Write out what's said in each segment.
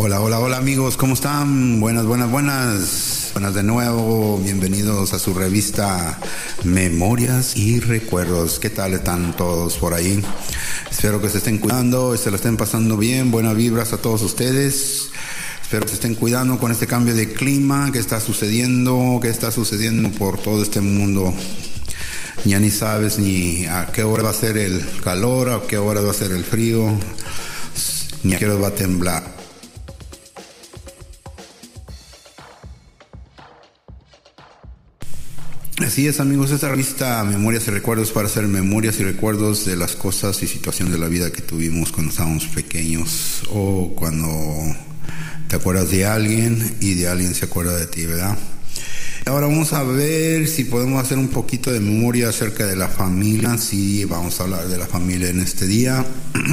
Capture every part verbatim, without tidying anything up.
Hola, hola, hola amigos, ¿cómo están? Buenas, buenas, buenas. Buenas de nuevo, bienvenidos a su revista Memorias y Recuerdos. ¿Qué tal están todos por ahí? Espero que se estén cuidando y se lo estén pasando bien. Buenas vibras a todos ustedes. Espero que se estén cuidando con este cambio de clima que está sucediendo, que está sucediendo por todo este mundo. Ya ni sabes ni a qué hora va a ser el calor, a qué hora va a ser el frío, ni a qué hora va a temblar. Así es, amigos, esta revista Memorias y Recuerdos para hacer memorias y recuerdos de las cosas y situaciones de la vida que tuvimos cuando estábamos pequeños o cuando te acuerdas de alguien y de alguien se acuerda de ti, ¿verdad? Ahora vamos a ver si podemos hacer un poquito de memoria acerca de la familia. Sí, vamos a hablar de la familia en este día,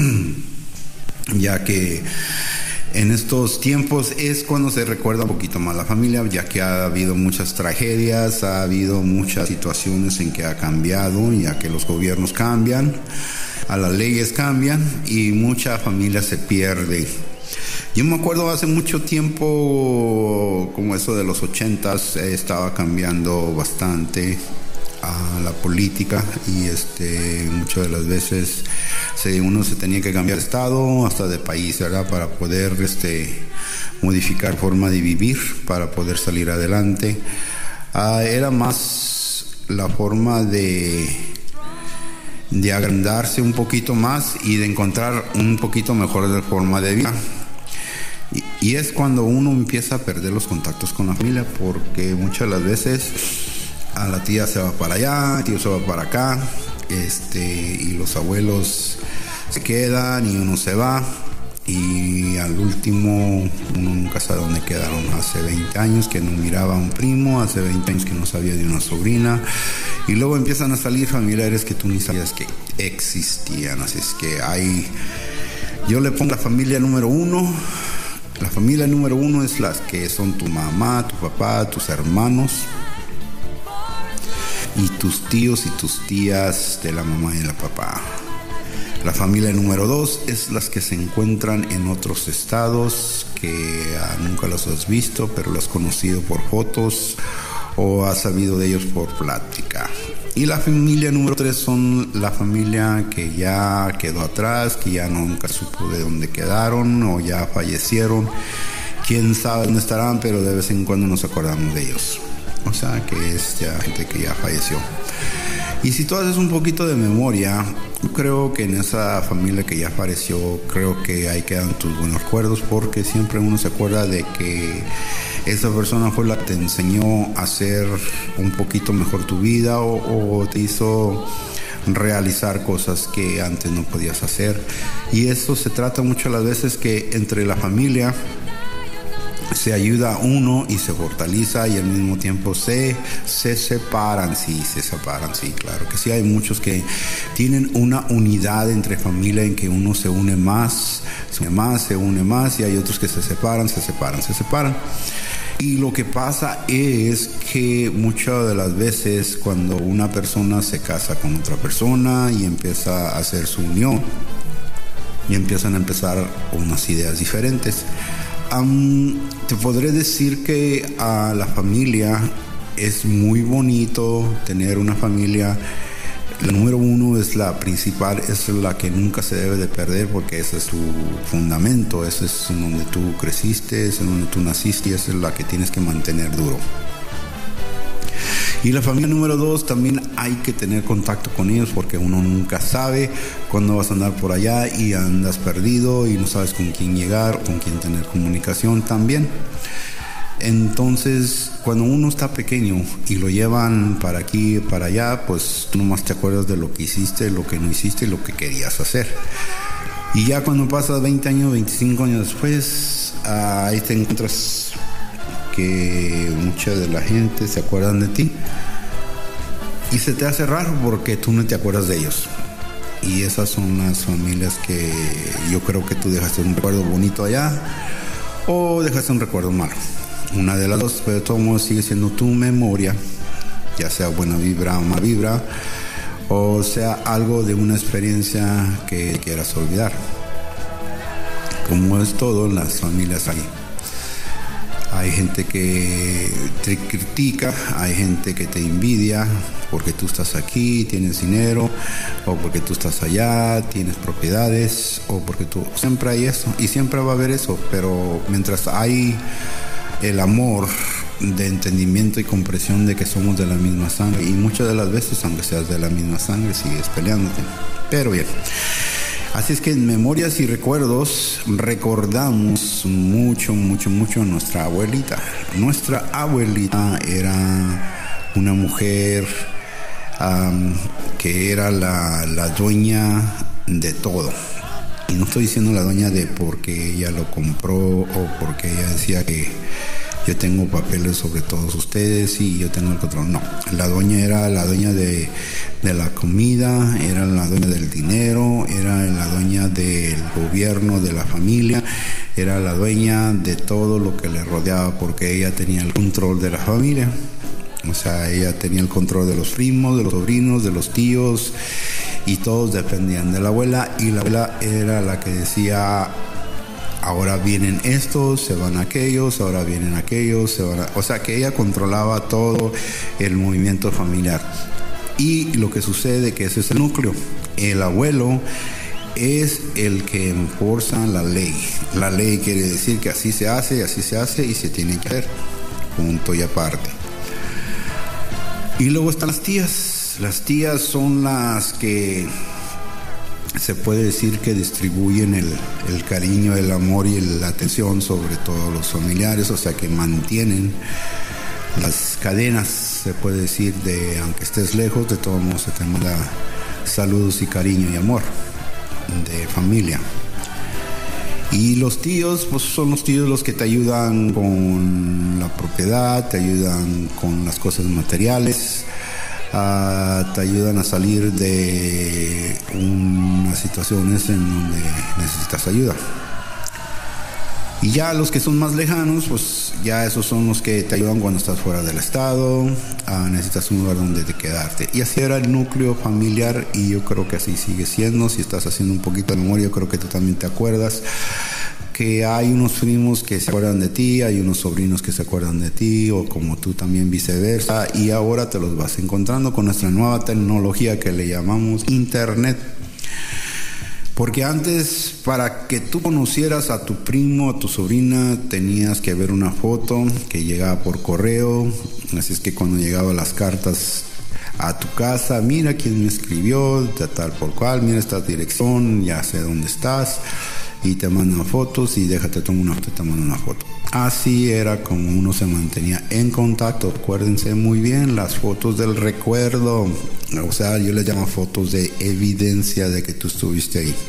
ya que en estos tiempos es cuando se recuerda un poquito más la familia, ya que ha habido muchas tragedias, ha habido muchas situaciones en que ha cambiado, ya que los gobiernos cambian, a las leyes cambian y mucha familia se pierde. Yo me acuerdo hace mucho tiempo, como eso de los ochentas, eh, estaba cambiando bastante a la política y este muchas de las veces se, uno se tenía que cambiar de estado hasta de país, ¿verdad? Para poder este modificar forma de vivir, para poder salir adelante. Ah, era más la forma de de agrandarse un poquito más y de encontrar un poquito mejor de forma de vida. Y, y es cuando uno empieza a perder los contactos con la familia, porque muchas de las veces a la tía se va para allá, el tío se va para acá, este, y los abuelos se quedan y uno se va, y al último uno nunca sabe dónde quedaron. Hace veinte años que no miraba a un primo, hace veinte años que no sabía de una sobrina, y luego empiezan a salir familiares que tú ni sabías que existían. Así es que hay, yo le pongo la familia número uno. La familia número uno es las que son tu mamá, tu papá, tus hermanos y tus tíos y tus tías de la mamá y la papá. La familia número dos es las que se encuentran en otros estados, que ah, nunca los has visto, pero los has conocido por fotos o has sabido de ellos por plática. Y la familia número tres son la familia que ya quedó atrás, que ya nunca supo de dónde quedaron o ya fallecieron. Quién sabe dónde estarán, pero de vez en cuando nos acordamos de ellos. O sea que es ya gente que ya falleció. Y si tú haces un poquito de memoria, creo que en esa familia que ya falleció, creo que ahí quedan tus buenos recuerdos, porque siempre uno se acuerda de que esa persona fue la que te enseñó a hacer un poquito mejor tu vida o, o te hizo realizar cosas que antes no podías hacer. Y eso se trata muchas las veces, que entre la familia se ayuda a uno y se fortaleza, y al mismo tiempo se, se separan, sí, se separan, sí, claro que sí. Hay muchos que tienen una unidad entre familia en que uno se une más, se une más, se une más, y hay otros que se separan, se separan, se separan. Y lo que pasa es que muchas de las veces cuando una persona se casa con otra persona y empieza a hacer su unión, y empiezan a empezar unas ideas diferentes. Um, te podré decir que a la familia es muy bonito tener una familia. La número uno es la principal, es la que nunca se debe de perder, porque ese es tu fundamento, ese es en donde tú creciste, es en donde tú naciste, y esa es la que tienes que mantener duro. Y la familia número dos, también hay que tener contacto con ellos, porque uno nunca sabe cuándo vas a andar por allá y andas perdido y no sabes con quién llegar, con quién tener comunicación también. Entonces, cuando uno está pequeño y lo llevan para aquí, para allá, pues tú nomás te acuerdas de lo que hiciste, lo que no hiciste y lo que querías hacer. Y ya cuando pasas veinte años, veinticinco años después, ahí te encuentras que mucha de la gente se acuerdan de ti y se te hace raro porque tú no te acuerdas de ellos. Y esas son las familias que yo creo que tú dejaste un recuerdo bonito allá o dejaste un recuerdo malo. Una de las dos, pero de todos modos sigue siendo tu memoria, ya sea buena vibra o mala vibra, o sea algo de una experiencia que quieras olvidar. como es todo en las familias ahí. Hay gente que te critica, hay gente que te envidia porque tú estás aquí, tienes dinero, o porque tú estás allá, tienes propiedades, o porque tú... Siempre hay eso, y siempre va a haber eso, pero mientras hay el amor de entendimiento y comprensión de que somos de la misma sangre, y muchas de las veces, aunque seas de la misma sangre, sigues peleándote. Pero bien. Así es que en Memorias y Recuerdos recordamos mucho, mucho, mucho a nuestra abuelita. Nuestra abuelita era una mujer um, que era la, la dueña de todo. Y no estoy diciendo la dueña de porque ella lo compró o porque ella decía que yo tengo papeles sobre todos ustedes y yo tengo el control. No, la dueña era la dueña de, de la comida, era la dueña del dinero, era la dueña del gobierno, de la familia, era la dueña de todo lo que le rodeaba porque ella tenía el control de la familia. O sea, ella tenía el control de los primos, de los sobrinos, de los tíos, y todos dependían de la abuela, y la abuela era la que decía: ahora vienen estos, se van aquellos, ahora vienen aquellos, se van a... O sea, que ella controlaba todo el movimiento familiar. Y lo que sucede que ese es el núcleo. El abuelo es el que enforza la ley. La ley quiere decir que así se hace, así se hace y se tiene que hacer. Punto y aparte. Y luego están las tías. Las tías son las que... se puede decir que distribuyen el, el cariño, el amor y la atención sobre todos los familiares, o sea que mantienen las cadenas, se puede decir, de aunque estés lejos, de todos modos se te manda saludos y cariño y amor de familia. Y los tíos, pues son los tíos los que te ayudan con la propiedad, te ayudan con las cosas materiales, Uh, te ayudan a salir de unas situaciones en donde necesitas ayuda. Y ya los que son más lejanos, pues ya esos son los que te ayudan cuando estás fuera del estado, uh, necesitas un lugar donde te quedarte. Y así era el núcleo familiar, y yo creo que así sigue siendo. Si estás haciendo un poquito de memoria, yo creo que tú también te acuerdas que hay unos primos que se acuerdan de ti, hay unos sobrinos que se acuerdan de ti, o como tú también viceversa, y ahora te los vas encontrando con nuestra nueva tecnología que le llamamos internet. Porque antes, para que tú conocieras a tu primo, a tu sobrina, tenías que ver una foto que llegaba por correo. Así es que cuando llegaban las cartas a tu casa, mira quién me escribió, de tal por cual, mira esta dirección, ya sé dónde estás, y te mandan fotos, y déjate tomar una foto, te mandan una foto. Así era como uno se mantenía en contacto. Acuérdense muy bien, las fotos del recuerdo, o sea, yo les llamo fotos de evidencia de que tú estuviste ahí.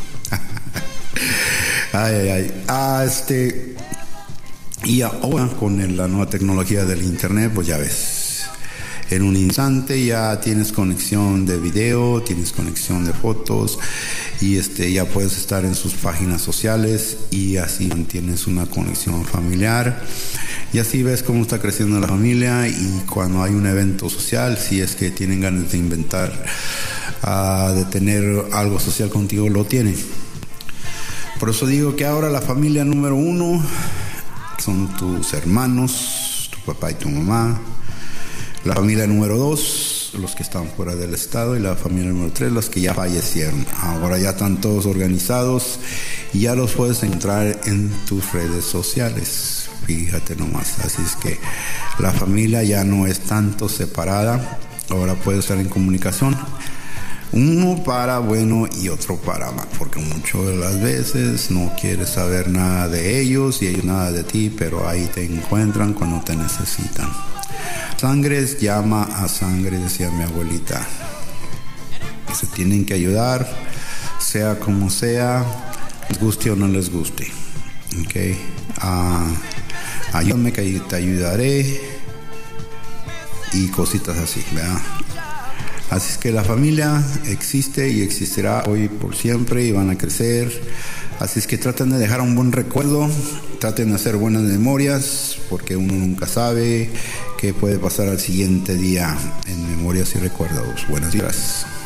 ay, ay, ay. Ah, este, y ahora con el, la nueva tecnología del internet, pues ya ves, en un instante ya tienes conexión de video, tienes conexión de fotos, y este ya puedes estar en sus páginas sociales, y así mantienes una conexión familiar, y así ves cómo está creciendo la familia. Y cuando hay un evento social, si es que tienen ganas de inventar, uh, de tener algo social contigo, lo tienen. Por eso digo que ahora la familia número uno son tus hermanos, tu papá y tu mamá. La familia número dos, los que están fuera del estado, y la familia número tres, los que ya fallecieron. Ahora ya están todos organizados y ya los puedes encontrar en tus redes sociales. Fíjate nomás. Así es que la familia ya no es tanto separada. Ahora puedes estar en comunicación. Uno para bueno y otro para mal, porque muchas de las veces no quieres saber nada de ellos y ellos nada de ti, pero ahí te encuentran cuando te necesitan. Sangre llama a sangre, decía mi abuelita. Se tienen que ayudar, sea como sea, les guste o no les guste. Okay. Uh, ayúdame que te ayudaré, y cositas así, ¿verdad? Así es que la familia existe y existirá hoy por siempre, y van a crecer. Así es que traten de dejar un buen recuerdo, traten de hacer buenas memorias, porque uno nunca sabe qué puede pasar al siguiente día en Memorias y Recuerdos. Buenas gracias.